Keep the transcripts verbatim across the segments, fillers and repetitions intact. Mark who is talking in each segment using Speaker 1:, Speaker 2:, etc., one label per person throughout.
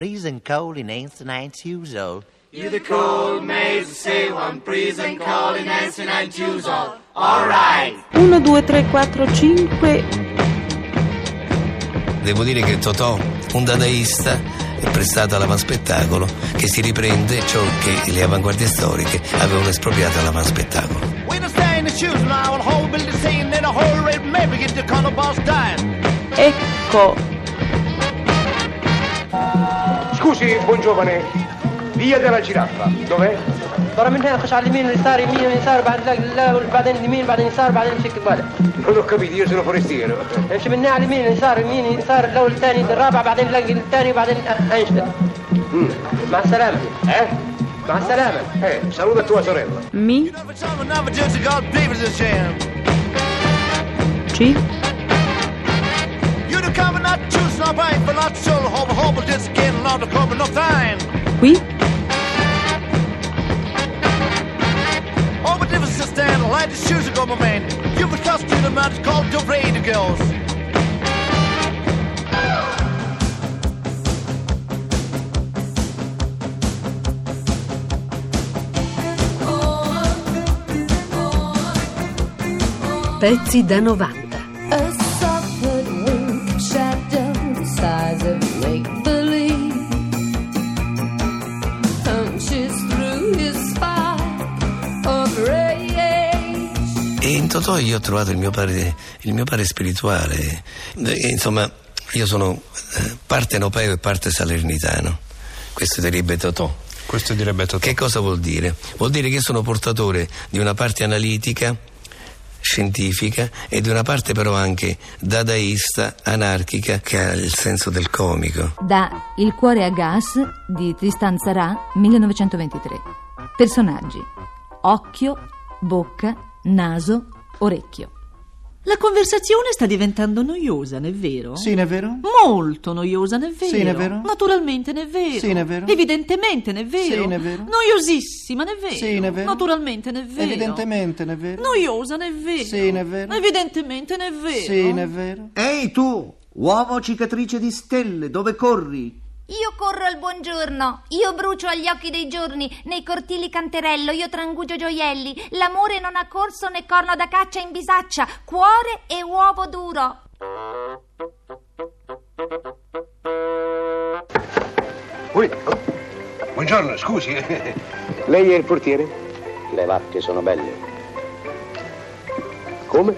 Speaker 1: Freezing cold in eighty-nine years old.
Speaker 2: You're the cold maze, say one, freezing cold in eighty-nine years old. All right.
Speaker 3: uno, due, tre, quattro, cinque.
Speaker 4: Devo dire che Totò, un dadaista, è prestato all'avanspettacolo, che si riprende ciò che le avanguardie storiche avevano espropriato all'avanspettacolo.
Speaker 3: Ecco.
Speaker 5: Scusi, buon giovane, via della giraffa, dov'è?
Speaker 6: من هنا خش على اليمين اليسار يمين يسار بعد بعدين اليمين بعدين يسار بعدين امسك بالك.
Speaker 5: Non ho capito, io sono forestiero.
Speaker 6: امشي من هنا على اليمين اليسار يمين يسار الاول الثاني الرابع بعدين تلاقي الثاني بعدين انشد. مع السلامة.
Speaker 5: Eh?
Speaker 6: مع السلامة.
Speaker 5: Eh, saluta tua sorella.
Speaker 3: Mi. Ci. Qui.
Speaker 7: Pezzi da novanta.
Speaker 4: E in Totò io ho trovato il mio padre, il mio padre spirituale. E, insomma, io sono parte nopeo e parte salernitano. Questo direbbe Totò.
Speaker 8: Questo direbbe Totò.
Speaker 4: Che cosa vuol dire? Vuol dire che sono portatore di una parte analitica, scientifica, e di una parte però anche dadaista, anarchica, che ha il senso del comico.
Speaker 9: Da Il cuore a gas di Tristan Tzara, millenovecentoventitré. Personaggi: occhio, bocca, naso, orecchio.
Speaker 7: La conversazione sta diventando noiosa, non è vero?
Speaker 10: Sì, non è vero?
Speaker 7: Molto noiosa, non è vero?
Speaker 10: Sì, non è vero?
Speaker 7: Naturalmente, non è vero?
Speaker 10: Sì, non è vero?
Speaker 7: Evidentemente, non è vero?
Speaker 10: Sì, non è vero?
Speaker 7: Noiosissima, non è vero?
Speaker 10: Sì, non è vero?
Speaker 7: Naturalmente, non è vero?
Speaker 10: Evidentemente, non è vero?
Speaker 7: Noiosa, non è vero?
Speaker 10: Sì, non è vero?
Speaker 7: Evidentemente, non è vero?
Speaker 10: Sì, non è vero?
Speaker 11: Ehi tu, uomo cicatrice di stelle, dove corri?
Speaker 12: Io corro al buongiorno, io brucio agli occhi dei giorni, nei cortili canterello, io trangugio gioielli, l'amore non ha corso né corno da caccia in bisaccia, cuore e uovo duro.
Speaker 5: Ui, oh. Buongiorno, scusi, lei è il portiere?
Speaker 13: Le vacche sono belle.
Speaker 5: Come?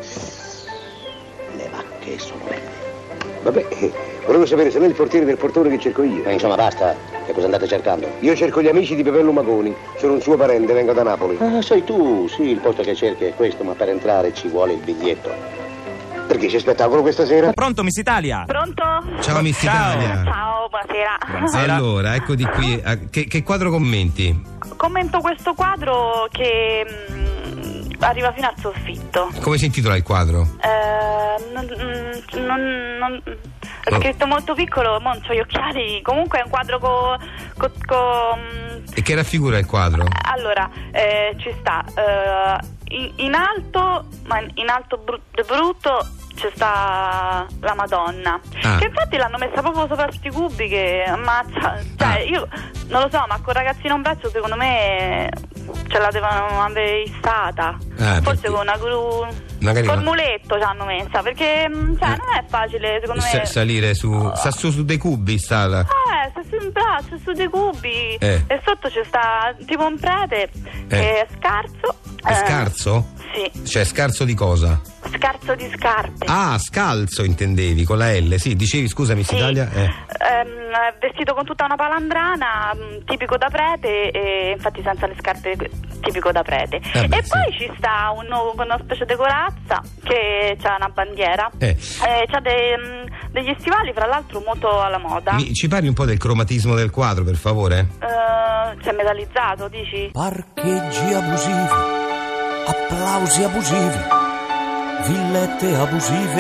Speaker 13: Le vacche sono belle.
Speaker 5: Vabbè, volevo sapere se lei è il portiere del portone che cerco io.
Speaker 13: Ma insomma, basta. Che cosa andate cercando?
Speaker 5: Io cerco gli amici di Pepello Magoni. Sono un suo parente, vengo da Napoli.
Speaker 13: Ah, sei tu. Sì, il posto che cerchi è questo, ma per entrare ci vuole il biglietto.
Speaker 5: Perché c'è spettacolo questa sera?
Speaker 14: Pronto, Miss Italia?
Speaker 15: Pronto?
Speaker 8: Ciao, Miss Italia.
Speaker 15: Ciao, buonasera.
Speaker 8: Buonasera. Allora, eccoti qui. Che, che quadro commenti?
Speaker 15: Commento questo quadro che mh, arriva fino al soffitto.
Speaker 8: Come si intitola il quadro?
Speaker 15: Eh, non, non, non, è scritto molto piccolo, non c'ho gli occhiali. Comunque è un quadro con... Co, co,
Speaker 8: e che raffigura il quadro?
Speaker 15: Allora, eh, ci sta eh, in, in alto, ma in alto brutto, brutto c'è sta la Madonna, ah. che infatti l'hanno messa proprio sopra sti cubi che ammazza. Cioè, ah. io non lo so, ma con ragazzino a un braccio secondo me ce la devono avere stata. Ah, forse perché... con una gru magari col muletto ci hanno messa, perché cioè, eh. non è facile secondo
Speaker 8: S-
Speaker 15: me
Speaker 8: salire su oh. sta su, su dei cubi sta la...
Speaker 15: eh sta su un braccio, su dei cubi
Speaker 8: eh.
Speaker 15: e sotto c'è sta tipo un prete eh. che è scarso.
Speaker 8: È
Speaker 15: eh.
Speaker 8: scarso?
Speaker 15: Sì.
Speaker 8: Cioè scarso di cosa?
Speaker 15: Scarso di scarpe.
Speaker 8: Ah, scalzo intendevi, con la L. Sì, dicevi, scusami,
Speaker 15: sì.
Speaker 8: Italia. Eh.
Speaker 15: Ehm, vestito con tutta una palandrana, tipico da prete, e infatti senza le scarpe tipico da prete.
Speaker 8: Eh beh,
Speaker 15: e
Speaker 8: sì.
Speaker 15: poi ci sta un, una specie di corazza che c'ha una bandiera.
Speaker 8: Eh.
Speaker 15: Eh, c'ha dei, degli stivali, fra l'altro, molto alla moda.
Speaker 8: Mi, ci parli un po' del cromatismo del quadro, per favore?
Speaker 15: Uh, c'è metallizzato, dici?
Speaker 16: Parcheggi abusivi, applausi abusivi, villette abusive,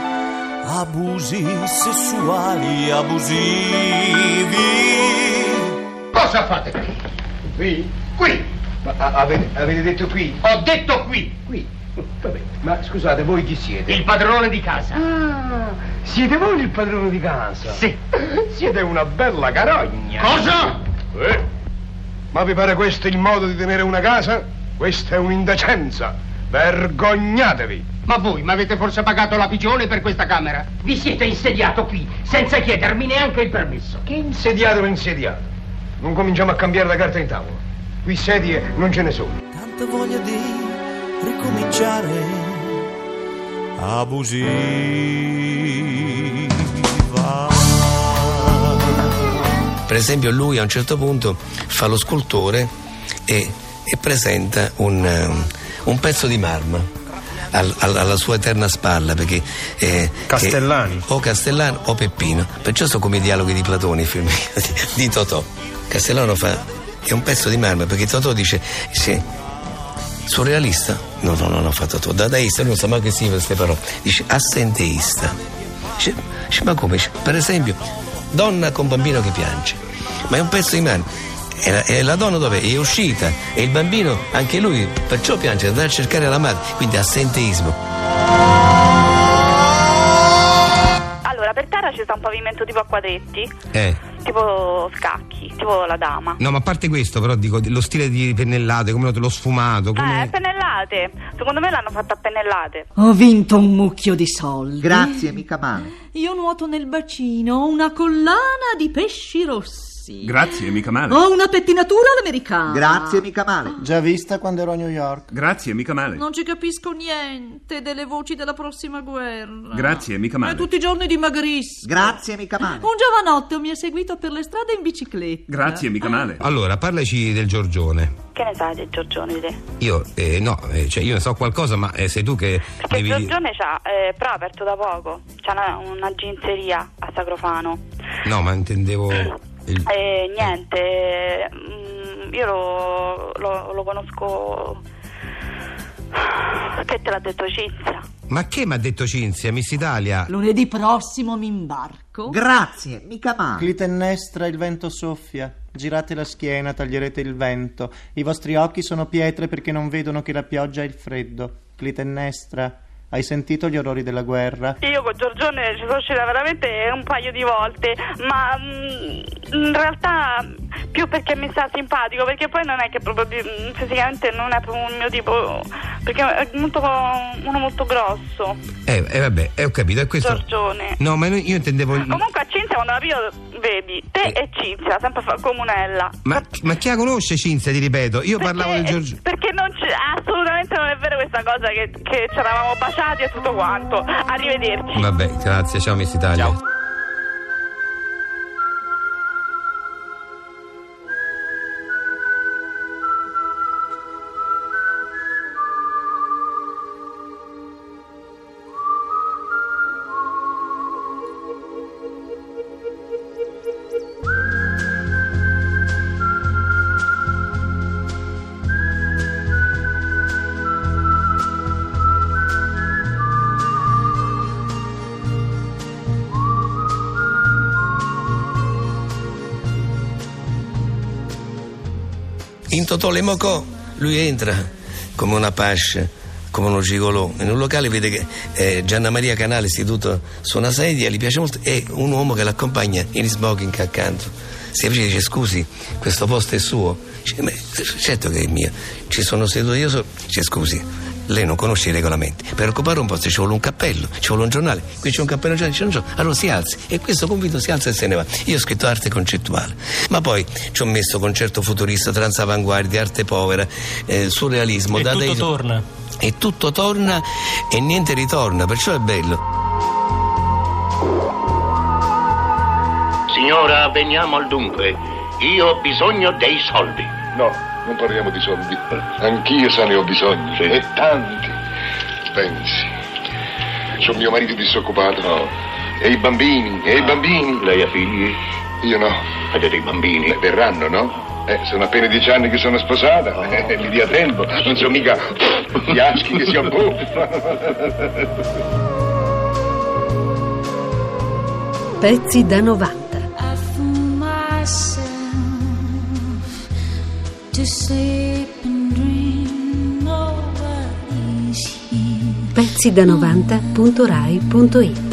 Speaker 16: abusi sessuali abusivi.
Speaker 5: Cosa fate qui? Qui? Qui? Ma a- avete, avete detto qui? Ho detto qui! Qui? Vabbè, ma scusate, voi chi siete?
Speaker 10: Il padrone di casa.
Speaker 5: Ah, siete voi il padrone di casa?
Speaker 10: Sì.
Speaker 5: Siete una bella carogna.
Speaker 10: Cosa?
Speaker 5: Eh? Ma vi pare questo il modo di tenere una casa? Questa è un'indecenza. Vergognatevi.
Speaker 10: Ma voi mi avete forse pagato la pigione per questa camera? Vi siete insediato qui senza chiedermi neanche il permesso.
Speaker 5: Che insediato o insediato? Non cominciamo a cambiare la carta in tavola. Qui sedie non ce ne sono.
Speaker 16: Tanta voglia di ricominciare abusiva.
Speaker 4: Per esempio lui a un certo punto fa lo scultore e, e presenta un, um, un pezzo di marmo al, al, alla sua eterna spalla, perché eh,
Speaker 8: Castellani
Speaker 4: eh, o Castellano o Peppino, perciò sono come i dialoghi di Platone, i film di, di Totò. Castellano fa è un pezzo di marmo perché Totò dice sì, surrealista? No, no, no, non ho fatto Totò. Dadaista, lui non sa mai che significa queste parole. Dice assenteista. Dice, dice ma come? Dice, per esempio, donna con bambino che piange, ma è un pezzo di marmo. E la, e la donna dov'è? È uscita e il bambino anche lui perciò piange, andare a cercare la madre, quindi assenteismo.
Speaker 15: Allora, per terra ci sta un pavimento tipo a quadretti,
Speaker 8: Eh.
Speaker 15: tipo scacchi, tipo la dama.
Speaker 8: No, ma a parte questo, però dico lo stile di pennellate, come lo sfumato, come...
Speaker 15: Eh, pennellate. Secondo me l'hanno fatto a pennellate.
Speaker 7: Ho vinto un mucchio di soldi.
Speaker 11: Grazie, mica male.
Speaker 7: Io nuoto nel bacino, ho una collana di pesci rossi.
Speaker 14: Grazie, mica male.
Speaker 7: Ho una pettinatura all'americana.
Speaker 11: Grazie, mica male.
Speaker 17: Già vista quando ero a New York.
Speaker 14: Grazie, mica male.
Speaker 7: Non ci capisco niente delle voci della prossima guerra.
Speaker 14: Grazie, mica male.
Speaker 7: E tutti i giorni dimagrisco.
Speaker 11: Grazie, mica male.
Speaker 7: Un giovanotto mi ha seguito per le strade in bicicletta.
Speaker 14: Grazie, mica male.
Speaker 8: Allora, parlaci del Giorgione.
Speaker 15: Che ne sai del Giorgione te?
Speaker 8: Io, eh, no, eh, cioè io ne so qualcosa, ma eh, sei tu che
Speaker 15: Perché
Speaker 8: devi...
Speaker 15: il Giorgione c'ha, eh, però ha aperto da poco. C'ha una, una ginzeria a Sacrofano.
Speaker 8: No, ma intendevo... Il...
Speaker 15: Eh, niente, mm, io lo, lo, lo conosco. Che te l'ha detto Cinzia?
Speaker 8: Ma che mi ha detto Cinzia, Miss Italia?
Speaker 7: Lunedì prossimo mi imbarco.
Speaker 11: Grazie, mica male.
Speaker 17: Clitennestra, il vento soffia. Girate la schiena, taglierete il vento. I vostri occhi sono pietre perché non vedono che la pioggia e il freddo. Clitennestra, hai sentito gli orrori della guerra?
Speaker 15: Io con Giorgione ci sono uscita veramente un paio di volte, ma mh, in realtà più perché mi sta simpatico, perché poi non è che proprio mh, fisicamente non è proprio un mio tipo, perché è molto, uno molto grosso.
Speaker 8: Eh, eh vabbè, eh, ho capito, è questo.
Speaker 15: Giorgione.
Speaker 8: No, ma io intendevo...
Speaker 15: Comunque a Cinzia quando la vedo, vedi, te eh. e Cinzia, sempre fa comunella.
Speaker 8: Ma, ma chi la conosce Cinzia, ti ripeto? Io
Speaker 15: perché,
Speaker 8: parlavo del Giorgione.
Speaker 15: Perché non c'è, assolutamente non è vero questa cosa che, che ci eravamo baciati e tutto quanto. Arrivederci.
Speaker 8: Vabbè, grazie, ciao Miss Italia.
Speaker 15: Ciao.
Speaker 4: In Totò le Mocò lui entra come una pasce, come uno gigolò. In un locale vede che eh, Gianna Maria Canale seduto su una sedia, gli piace molto, e un uomo che l'accompagna in smoking accanto. Si avvicina e dice: scusi, questo posto è suo? Dice: ma, certo che è mio. Ci sono seduto io solo. Dice: scusi, lei non conosce i regolamenti, per occupare un posto ci vuole un cappello, ci vuole un giornale, qui c'è un cappello giornale, c'è un giornale, allora si alzi, e questo convito si alza e se ne va. Io ho scritto arte concettuale, ma poi ci ho messo concerto futurista, transavanguardia, arte povera, eh, surrealismo,
Speaker 18: e tutto
Speaker 4: dei...
Speaker 18: torna
Speaker 4: e tutto torna e niente ritorna, perciò è bello.
Speaker 19: Signora, veniamo al dunque. Io ho bisogno dei soldi.
Speaker 5: No, non parliamo di soldi. Anch'io se ne ho bisogno. Sì. E tanti. Pensi. C'ho mio marito disoccupato. No. E i bambini, e ah. i bambini.
Speaker 19: Lei ha figli?
Speaker 5: Io no.
Speaker 19: Avete dei bambini?
Speaker 5: Beh, verranno, no? Eh, sono appena dieci anni che sono sposata. Oh. Eh, li dia tempo. Non sono mica fiaschi che si abbuffano.
Speaker 3: Pezzi da novanta.
Speaker 20: To sleep and dream nobody's
Speaker 3: pezzi da novanta punto rai punto it.